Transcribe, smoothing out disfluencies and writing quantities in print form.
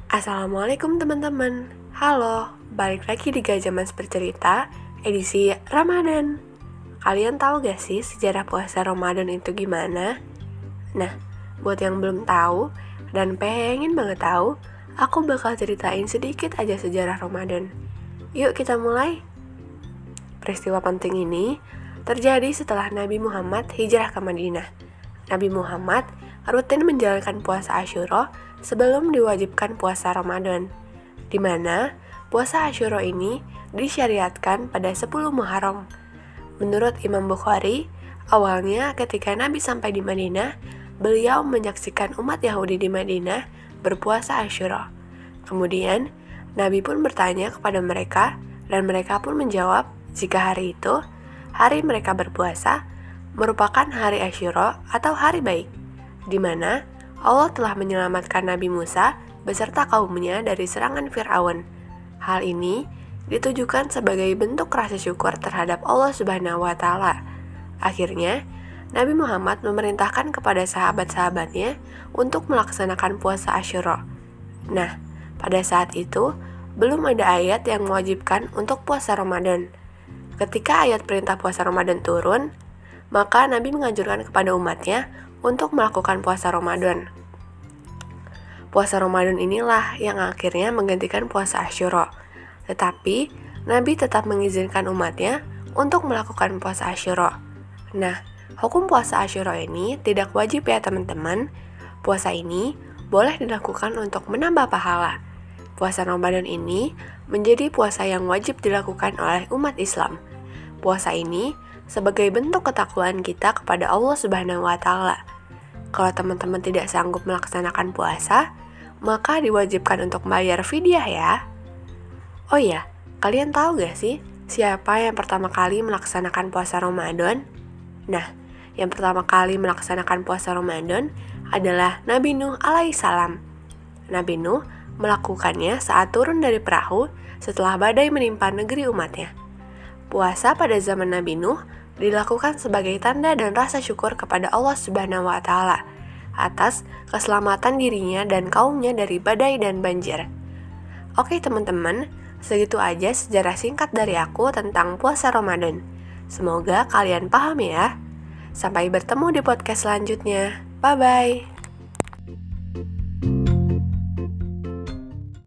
Assalamualaikum teman-teman. Halo, balik lagi di Gajah Mas Bercerita, edisi Ramadan. Kalian tahu gak sih sejarah puasa Ramadan itu gimana? Nah, buat yang belum tahu dan pengen banget tahu, aku bakal ceritain sedikit aja sejarah Ramadan. Yuk kita mulai. Peristiwa penting ini terjadi setelah Nabi Muhammad hijrah ke Madinah. Nabi Muhammad rutin menjalankan puasa Asyura sebelum diwajibkan puasa Ramadan, di mana puasa Asyura ini disyariatkan pada 10 Muharram. Menurut Imam Bukhari, awalnya ketika Nabi sampai di Madinah, beliau menyaksikan umat Yahudi di Madinah berpuasa Asyura. Kemudian, Nabi pun bertanya kepada mereka, dan mereka pun menjawab jika hari itu, hari mereka berpuasa, merupakan hari Asyura atau hari baik, di mana Allah telah menyelamatkan Nabi Musa beserta kaumnya dari serangan Fir'aun. Hal ini ditujukan sebagai bentuk rasa syukur terhadap Allah Subhanahu wa Ta'ala. Akhirnya, Nabi Muhammad memerintahkan kepada sahabat-sahabatnya untuk melaksanakan puasa Asyura. Nah, pada saat itu belum ada ayat yang mewajibkan untuk puasa Ramadan. Ketika ayat perintah puasa Ramadan turun, maka Nabi menganjurkan kepada umatnya untuk melakukan puasa Ramadan. Puasa Ramadan inilah yang akhirnya menggantikan puasa Asyura. Tetapi, Nabi tetap mengizinkan umatnya untuk melakukan puasa Asyura. Nah, hukum puasa Asyura ini tidak wajib ya teman-teman. Puasa ini boleh dilakukan untuk menambah pahala. Puasa Ramadan ini menjadi puasa yang wajib dilakukan oleh umat Islam. Puasa ini sebagai bentuk ketakwaan kita kepada Allah Subhanahu wa Ta'ala. Kalau teman-teman tidak sanggup melaksanakan puasa, maka diwajibkan untuk bayar fidyah ya. Oh ya, kalian tahu gak sih siapa yang pertama kali melaksanakan puasa Ramadan? Nah, yang pertama kali melaksanakan puasa Ramadan adalah Nabi Nuh alaihissalam. Nabi Nuh melakukannya saat turun dari perahu setelah badai menimpa negeri umatnya. Puasa pada zaman Nabi Nuh dilakukan sebagai tanda dan rasa syukur kepada Allah Subhanahu wa Ta'ala atas keselamatan dirinya dan kaumnya dari badai dan banjir. Oke teman-teman, segitu aja sejarah singkat dari aku tentang puasa Ramadan. Semoga kalian paham ya. Sampai bertemu di podcast selanjutnya. Bye-bye.